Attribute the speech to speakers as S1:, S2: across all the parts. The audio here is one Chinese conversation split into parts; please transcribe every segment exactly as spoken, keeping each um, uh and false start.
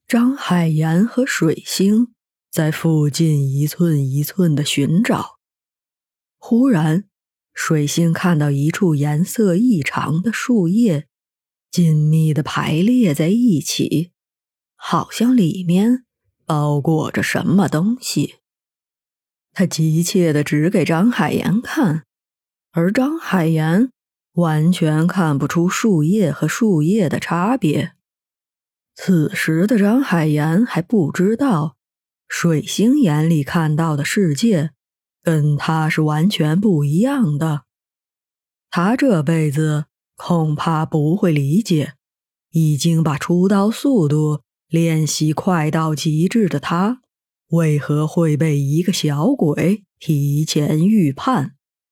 S1: 张海岩和水星在附近一寸一寸地寻找。忽然，水星看到一处颜色异常的树叶，紧密地排列在一起，好像里面包裹着什么东西。他急切地指给张海岩看，而张海岩完全看不出树叶和树叶的差别。此时的张海岩还不知道，水星眼里看到的世界跟他是完全不一样的。他这辈子恐怕不会理解，已经把出刀速度练习快到极致的他，为何会被一个小鬼提前预判。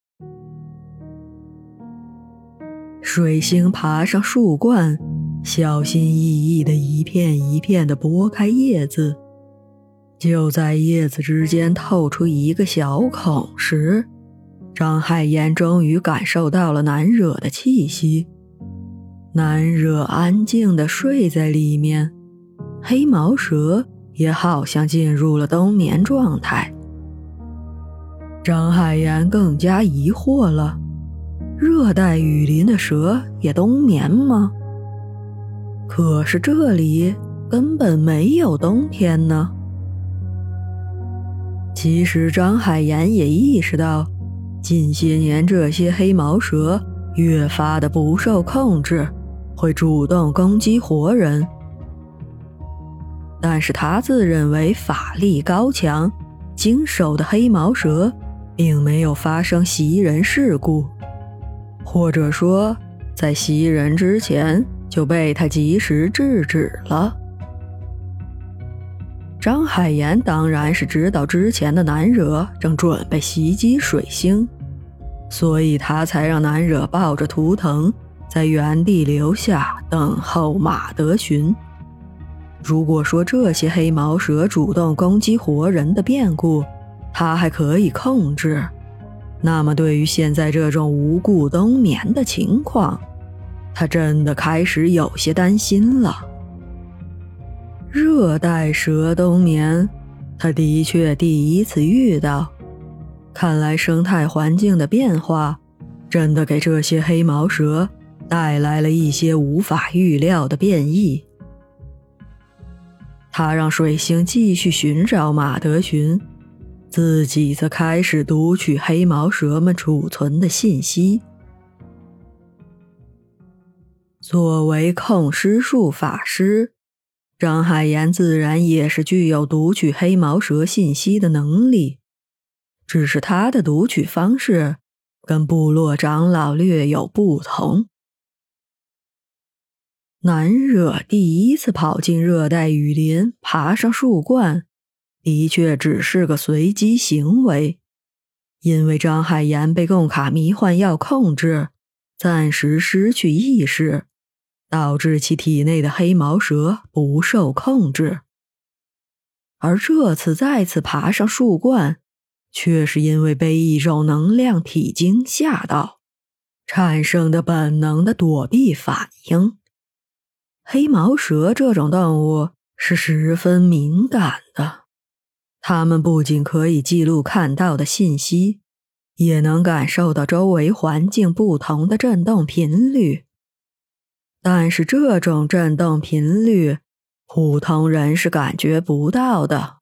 S1: 水星爬上树冠，小心翼翼地一片一片地拨开叶子，就在叶子之间透出一个小孔时，张海岩终于感受到了南惹的气息。南惹安静地睡在里面，黑毛蛇也好像进入了冬眠状态。张海岩更加疑惑了，热带雨林的蛇也冬眠吗？可是这里根本没有冬天呢。其实张海岩也意识到，近些年这些黑毛蛇越发的不受控制，会主动攻击活人。但是他自认为法力高强，经手的黑毛蛇并没有发生袭人事故，或者说在袭人之前就被他及时制止了。张海岩当然是知道之前的南惹正准备袭击水星，所以他才让南惹抱着图腾在原地留下等候马德寻。如果说这些黑毛蛇主动攻击活人的变故他还可以控制，那么对于现在这种无故冬眠的情况，他真的开始有些担心了。热带蛇冬眠，他的确第一次遇到，看来生态环境的变化真的给这些黑毛蛇带来了一些无法预料的变异。他让水星继续寻找马德寻，自己则开始读取黑毛蛇们储存的信息。作为控尸术法师，张海岩自然也是具有读取黑毛蛇信息的能力，只是他的读取方式跟部落长老略有不同。南惹第一次跑进热带雨林，爬上树冠，的确只是个随机行为，因为张海岩被贡卡迷幻药控制，暂时失去意识，导致其体内的黑毛蛇不受控制。而这次再次爬上树冠，却是因为被一种能量体惊吓到，产生的本能的躲避反应。黑毛蛇这种动物是十分敏感的，它们不仅可以记录看到的信息，也能感受到周围环境不同的振动频率。但是这种振动频率，普通人是感觉不到的。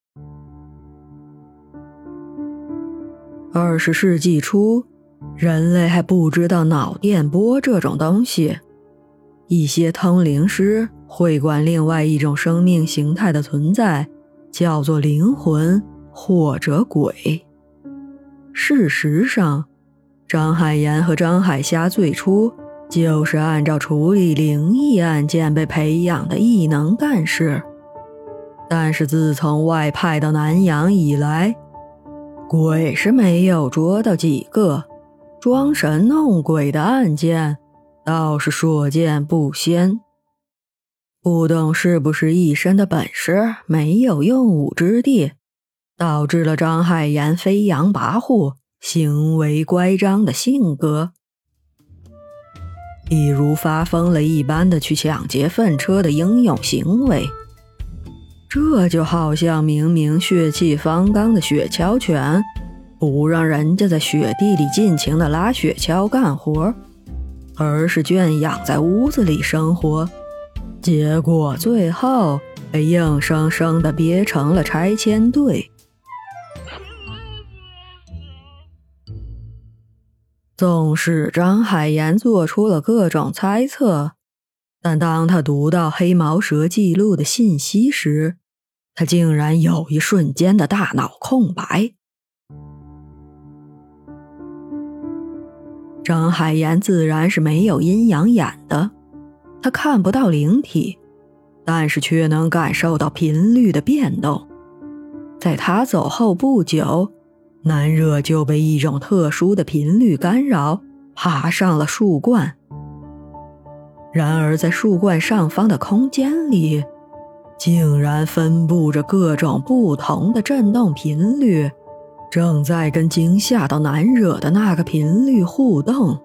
S1: 二十世纪初，人类还不知道脑电波这种东西。一些通灵师会管另外一种生命形态的存在叫做灵魂或者鬼。事实上，张海岩和张海虾最初就是按照处理灵异案件被培养的异能干事，但是自从外派到南洋以来，鬼是没有捉到几个，装神弄鬼的案件倒是所见不鲜。不懂是不是一身的本事没有用武之地，导致了张海岩飞扬跋扈、行为乖张的性格。比如发疯了一般的去抢劫粪车的英勇行为， 这就好像明明血气方刚的雪橇犬，不让人家在雪地里尽情地拉雪橇干活，而是圈养在屋子里生活，结果最后被硬生生地憋成了拆迁队。纵使张海岩做出了各种猜测，但当他读到黑毛蛇记录的信息时，他竟然有一瞬间的大脑空白。张海岩自然是没有阴阳眼的，他看不到灵体，但是却能感受到频率的变动。在他走后不久，南热就被一种特殊的频率干扰，爬上了树冠。然而在树冠上方的空间里，竟然分布着各种不同的振动频率，正在跟惊吓到南热的那个频率互动。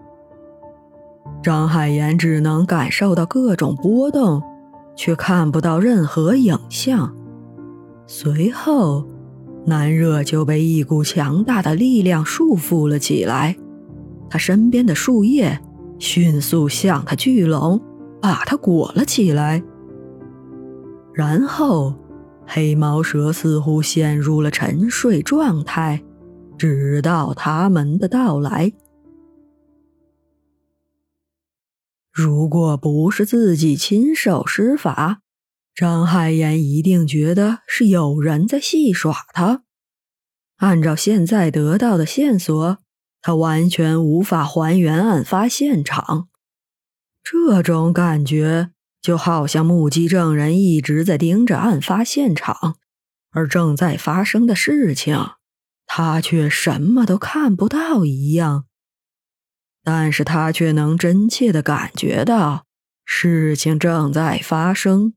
S1: 张海岩只能感受到各种波动，却看不到任何影像。随后南热就被一股强大的力量束缚了起来，他身边的树叶迅速向他聚拢，把他裹了起来。然后黑毛蛇似乎陷入了沉睡状态，直到他们的到来。如果不是自己亲手施法，张海岩一定觉得是有人在戏耍他。按照现在得到的线索，他完全无法还原案发现场。这种感觉就好像目击证人一直在盯着案发现场，而正在发生的事情，他却什么都看不到一样。但是他却能真切地感觉到事情正在发生。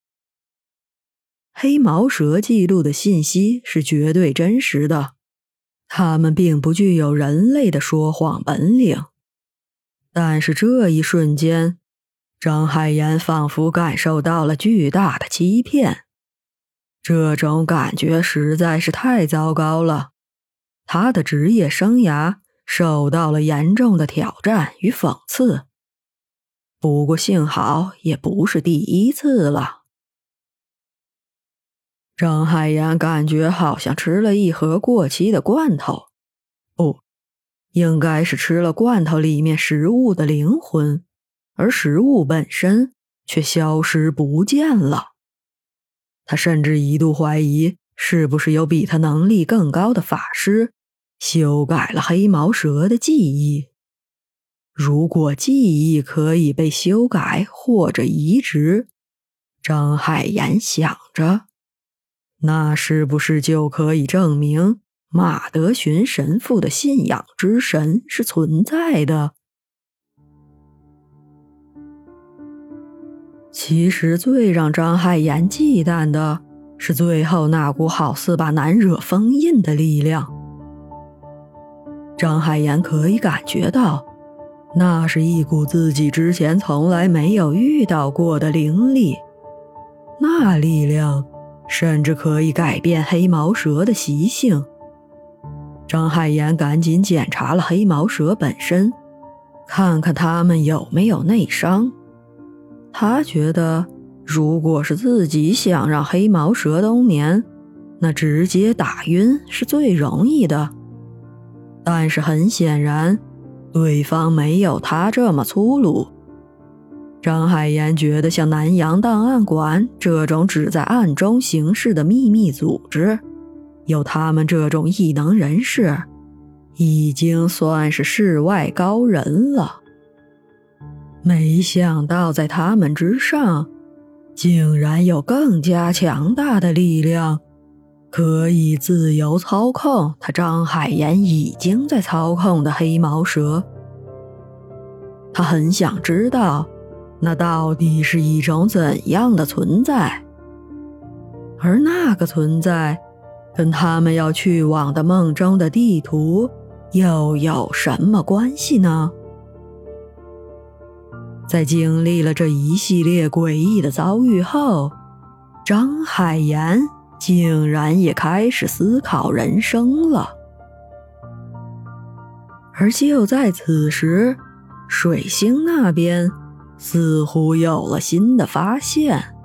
S1: 黑毛蛇记录的信息是绝对真实的，它们并不具有人类的说谎本领。但是这一瞬间，张海岩仿佛感受到了巨大的欺骗。这种感觉实在是太糟糕了，他的职业生涯受到了严重的挑战与讽刺。不过幸好也不是第一次了。张海岩感觉好像吃了一盒过期的罐头，不，应该是吃了罐头里面食物的灵魂，而食物本身却消失不见了。他甚至一度怀疑是不是有比他能力更高的法师修改了黑毛蛇的记忆。如果记忆可以被修改或者移植，张海岩想着，那是不是就可以证明马德寻神父的信仰之神是存在的？其实最让张海岩忌惮的是最后那股好似把南惹封印的力量。张海岩可以感觉到，那是一股自己之前从来没有遇到过的灵力，那力量甚至可以改变黑毛蛇的习性。张海岩赶紧检查了黑毛蛇本身，看看它们有没有内伤。他觉得如果是自己想让黑毛蛇冬眠，那直接打晕是最容易的。但是很显然，对方没有他这么粗鲁。张海岩觉得像南洋档案馆这种只在暗中行事的秘密组织，有他们这种异能人士，已经算是世外高人了。没想到在他们之上，竟然有更加强大的力量，可以自由操控他张海岩已经在操控的黑毛蛇。他很想知道，那到底是一种怎样的存在？而那个存在，跟他们要去往的梦中的地图又有什么关系呢？在经历了这一系列诡异的遭遇后， 张海岩竟然也开始思考人生了。而就在此时，水星那边似乎有了新的发现。